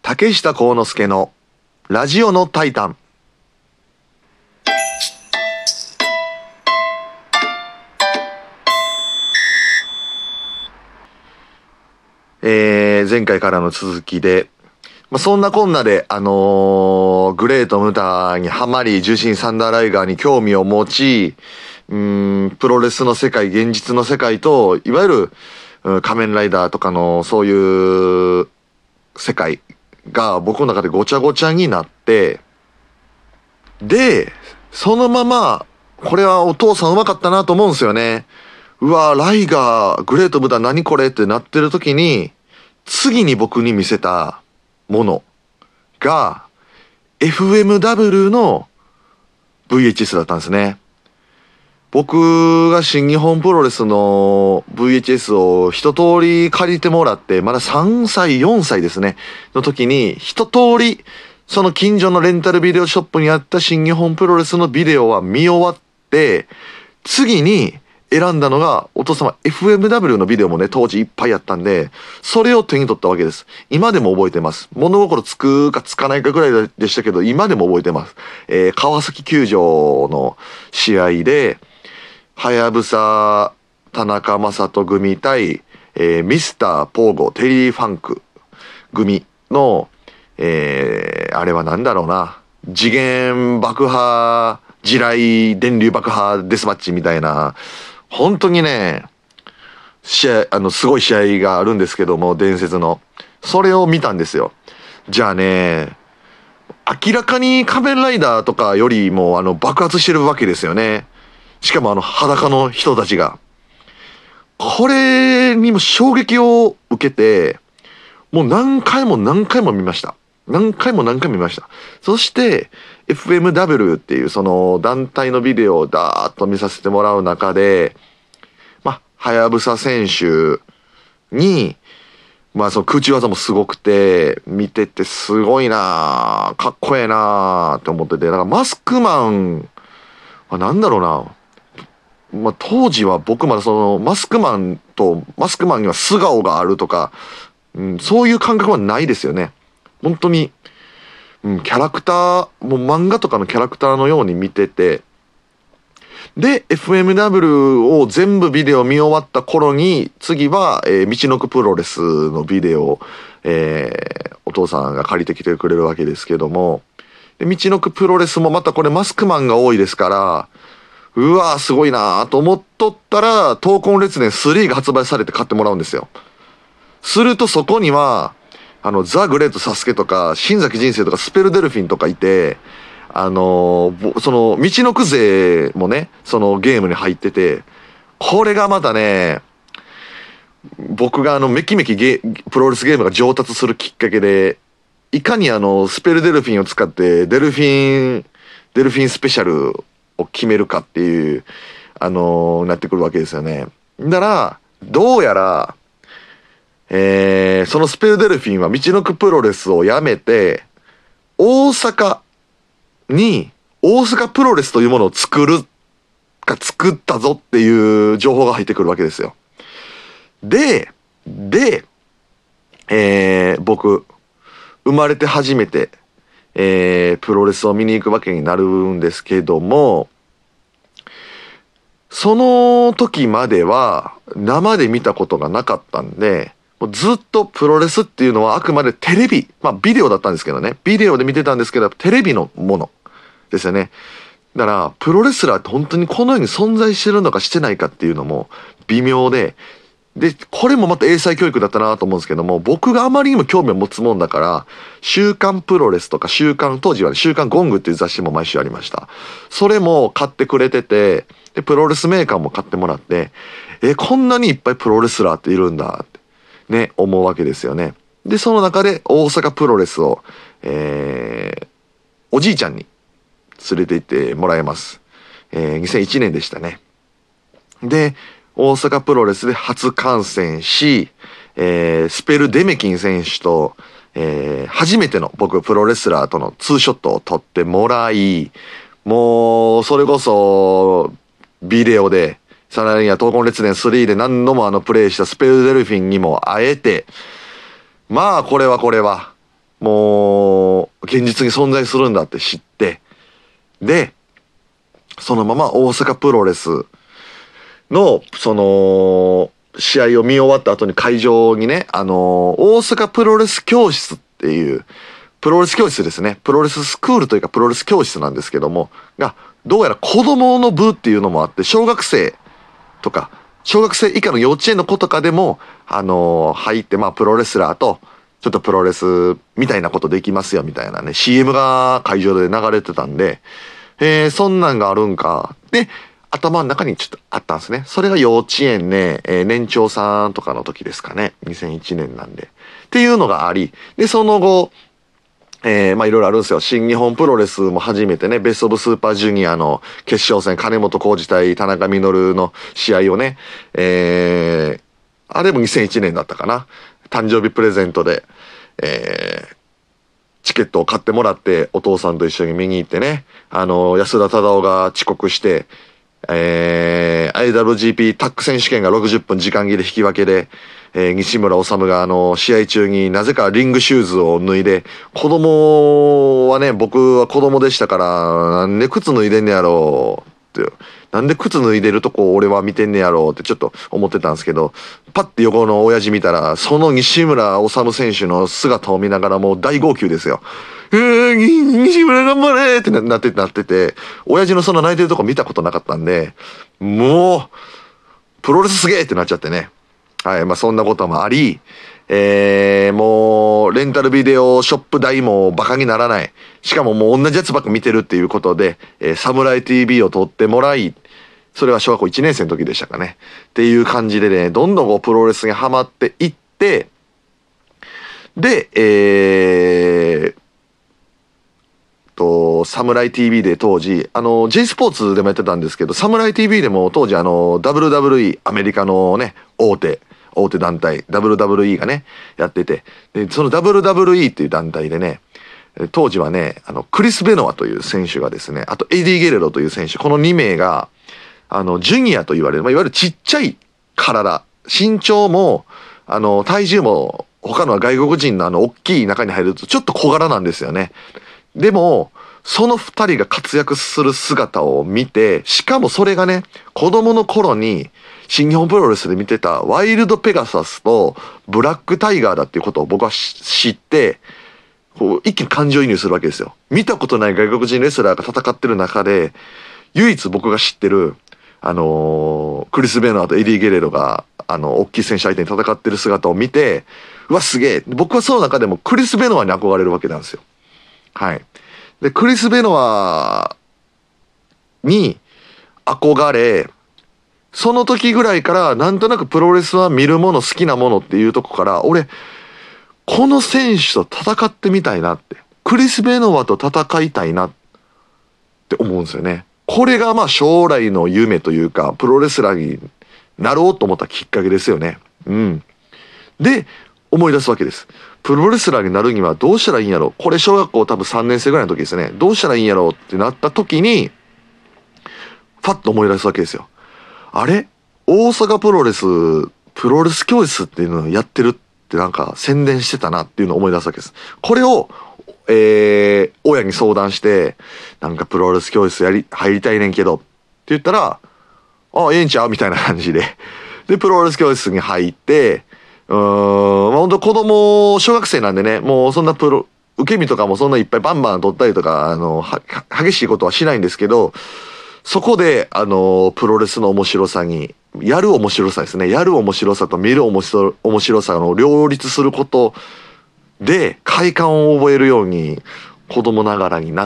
竹下幸之助のラジオのタイタン。前回からの続きで、そんなこんなで、グレートムタにハマり、重心サンダーライガーに興味を持ち、プロレスの世界、現実の世界と、いわゆる仮面ライダーとかのそういう世界が僕の中でごちゃごちゃになって、で、そのまま、これはお父さんうまかったなと思うんですよね。うわ、ライガー、グレートムタ何これってなってる時に、次に僕に見せたものが FMW の VHS だったんですね。僕が新日本プロレスの VHS を一通り借りてもらって、まだ3歳、4歳ですね、の時に一通りその近所のレンタルビデオショップにあった新日本プロレスのビデオは見終わって、次に選んだのが、お父様 FMW のビデオもね、当時いっぱいあったんで、それを手に取ったわけです。今でも覚えてます。物心つくかつかないかぐらいでしたけど、今でも覚えてます。川崎球場の試合で、はやぶさ田中将人組対、ミスターポーゴテリー・ファンク組の、あれはなんだろうな、次元爆破地雷電流爆破デスマッチみたいな、本当にね、すごい試合があるんですけども、伝説の。それを見たんですよ。じゃあね、明らかに仮面ライダーとかよりも爆発してるわけですよね。しかも裸の人たちが。これにも衝撃を受けて、もう何回も何回も見ました。何回も何回も見ました。そして、FMW っていうその団体のビデオをダーッと見させてもらう中で、はやぶさ選手に、その空中技もすごくて、見ててすごいなぁ、かっこええなぁって思ってて、だからマスクマンはなんだろうな、当時は僕まだそのマスクマンには素顔があるとか、そういう感覚はないですよね。本当に、キャラクター、もう漫画とかのキャラクターのように見てて、で、FMW を全部ビデオ見終わった頃に、次は、みちのくプロレスのビデオを、お父さんが借りてきてくれるわけですけども、でみちのくプロレスもまたこれマスクマンが多いですから、うわーすごいなーと思っとったら、闘魂列伝3が発売されて買ってもらうんですよ。するとそこには、ザ・グレート・サスケとか、新崎人生とか、スペルデルフィンとかいて、その、みちのく勢もね、そのゲームに入ってて、これがまたね、僕がめきめきプロレスゲームが上達するきっかけで、いかにスペルデルフィンを使って、デルフィンスペシャルを決めるかっていう、なってくるわけですよね。だから、どうやら、そのスペルデルフィンはみちのくプロレスをやめて、大阪プロレスというものを作ったぞっていう情報が入ってくるわけですよ。で、僕、生まれて初めて、プロレスを見に行くわけになるんですけども、その時までは生で見たことがなかったんで、もうずっとプロレスっていうのはあくまでテレビ、ビデオだったんですけどね。ビデオで見てたんですけど、テレビのものですよね。だから、プロレスラーって本当にこの世に存在してるのかしてないかっていうのも微妙で、これもまた英才教育だったなと思うんですけども、僕があまりにも興味を持つもんだから、週刊プロレスとか当時はね、週刊ゴングっていう雑誌も毎週ありました。それも買ってくれてて、で、プロレスメーカーも買ってもらって、こんなにいっぱいプロレスラーっているんだって。ね、思うわけですよね。で、その中で大阪プロレスを、おじいちゃんに連れて行ってもらえます。2001年でしたね。で、大阪プロレスで初観戦し、スペルデメキン選手と、初めての僕プロレスラーとのツーショットを撮ってもらい、もう、それこそ、ビデオで、さらには闘魂列伝3で何度もプレイしたスペルデルフィンにも会えて、これは、 もう、現実に存在するんだって知って、で、そのまま大阪プロレスの、試合を見終わった後に会場にね、大阪プロレス教室っていう、プロレス教室ですね。プロレススクールというかプロレス教室なんですけども、が、どうやら子供の部っていうのもあって、小学生とか、小学生以下の幼稚園の子とかでも、入って、まあ、プロレスラーと、ちょっとプロレスみたいなことできますよ、みたいなね、CM が会場で流れてたんで、そんなんがあるんか。で、頭の中にちょっとあったんですね。それが幼稚園ね、年長さんとかの時ですかね。2001年なんで。っていうのがあり、で、その後、まあいろいろあるんですよ。新日本プロレスも初めてね、ベストオブスーパージュニアの決勝戦、金本浩二対田中稔の試合をね、あれも2001年だったかな。誕生日プレゼントで、チケットを買ってもらって、お父さんと一緒に見に行ってね、安田忠雄が遅刻して、IWGP タッグ選手権が60分時間切れ引き分けで、西村治が試合中になぜかリングシューズを脱いで、子供はね、僕は子供でしたから、なんで靴脱いでんねやろうって、なんで靴脱いでるとこ俺は見てんねやろうってちょっと思ってたんですけど、パッて横の親父見たら、その西村治選手の姿を見ながらもう大号泣ですよ。西村頑張れってなってて、親父のその泣いてるとこ見たことなかったんで、もう、プロレスすげえってなっちゃってね。はい、まあそんなこともあり、もう、レンタルビデオショップ代もバカにならない。しかももう同じやつばっか見てるっていうことで、サムライ TV を撮ってもらい、それは小学校1年生の時でしたかね。っていう感じでね、どんどんこうプロレスにハマっていって、で、サムライ TV で当時、J スポーツでもやってたんですけど、サムライ TV でも当時WWE、アメリカのね、大手団体、WWE がね、やってて、で、その WWE っていう団体でね、当時はね、クリス・ベノアという選手がですね、あとエディ・ゲレロという選手、この2名が、ジュニアと言われる、まあ、いわゆるちっちゃい体、身長も、体重も、他の外国人の大きい中に入るとちょっと小柄なんですよね。でも、その二人が活躍する姿を見て、しかもそれがね、子供の頃に、新日本プロレスで見てたワイルドペガサスとブラックタイガーだっていうことを僕は知って、こう一気に感情移入するわけですよ。見たことない外国人レスラーが戦ってる中で、唯一僕が知ってる、クリス・ベノアとエディ・ゲレロが、大きい選手相手に戦ってる姿を見て、うわ、すげえ。僕はその中でもクリス・ベノアに憧れるわけなんですよ。はい。で、クリス・ベノアに憧れ、その時ぐらいからなんとなくプロレスは見るもの好きなものっていうとこから、俺、この選手と戦ってみたいなって、クリス・ベノアと戦いたいなって思うんですよね。これがまあ将来の夢というか、プロレスラーになろうと思ったきっかけですよね。うん。で、思い出すわけです。プロレスラーになるにはどうしたらいいんやろう。これ小学校多分3年生ぐらいの時ですね。どうしたらいいんやろうってなった時に、ファッと思い出すわけですよ。あれ大阪プロレス教室っていうのをやってるってなんか宣伝してたなっていうのを思い出すわけです。これを、親に相談して、なんかプロレス教室入りたいねんけどって言ったら、あ、ええんちゃうみたいな感じで。で、プロレス教室に入って、まあ、本当子供、小学生なんでね、もうそんな受け身とかもそんないっぱいバンバン取ったりとか、激しいことはしないんですけど、そこで、プロレスの面白さに、やる面白さですね。やる面白さと見る面白さの両立することで、快感を覚えるように、子供ながらになって、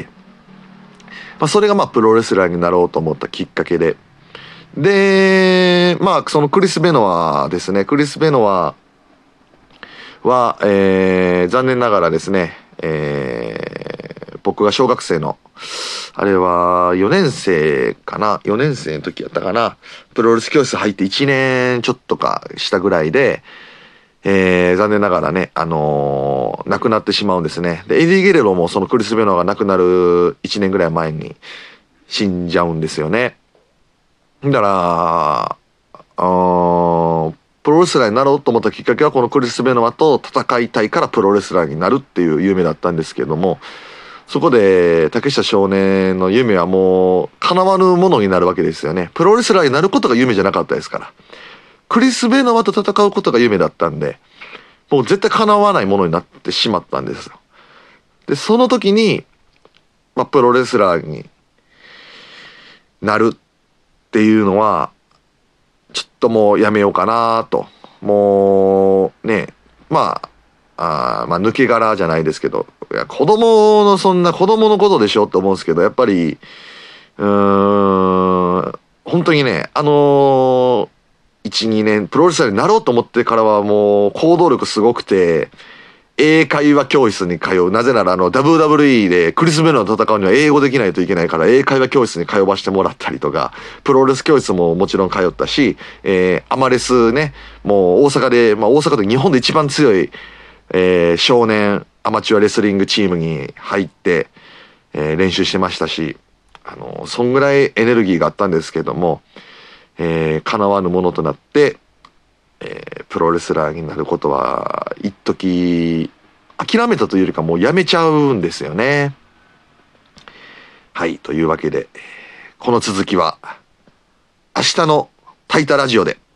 まあ、それがまあ、プロレスラーになろうと思ったきっかけで、で、まあ、そのクリス・ベノアですね。クリス・ベノアは、残念ながらですね、僕が小学生の、あれは4年生かな ?4 年生の時やったかな、プロレス教室入って1年ちょっとかしたぐらいで、残念ながらね、亡くなってしまうんですね。で、エディ・ゲレロもそのクリス・ベノアが亡くなる1年ぐらい前に死んじゃうんですよね。だから、ププロレスラーになろうと思ったきっかけはこのクリス・ベノアと戦いたいからプロレスラーになるっていう夢だったんですけども、そこで竹下少年の夢はもう叶わぬものになるわけですよね。プロレスラーになることが夢じゃなかったですから。クリス・ベノアと戦うことが夢だったんで、もう絶対叶わないものになってしまったんですよ。で、その時に、プロレスラーになるっていうのは、ちょっともうやめようかなと。もう、ね、抜け殻じゃないですけど、いや、そんな子供のことでしょって思うんですけど、やっぱり、本当にね、1、2年、プロレスラーになろうと思ってからはもう行動力すごくて、英会話教室に通う。なぜならWWE でクリス・ベノアと戦うには英語できないといけないから英会話教室に通わせてもらったりとか、プロレス教室ももちろん通ったし、アマレスね、もう大阪で日本で一番強い、少年アマチュアレスリングチームに入って、練習してましたし、そんぐらいエネルギーがあったんですけども、叶わぬものとなって、プロレスラーになることは一時諦めたというよりかもうやめちゃうんですよね。はい、というわけでこの続きは明日のタイタラジオで。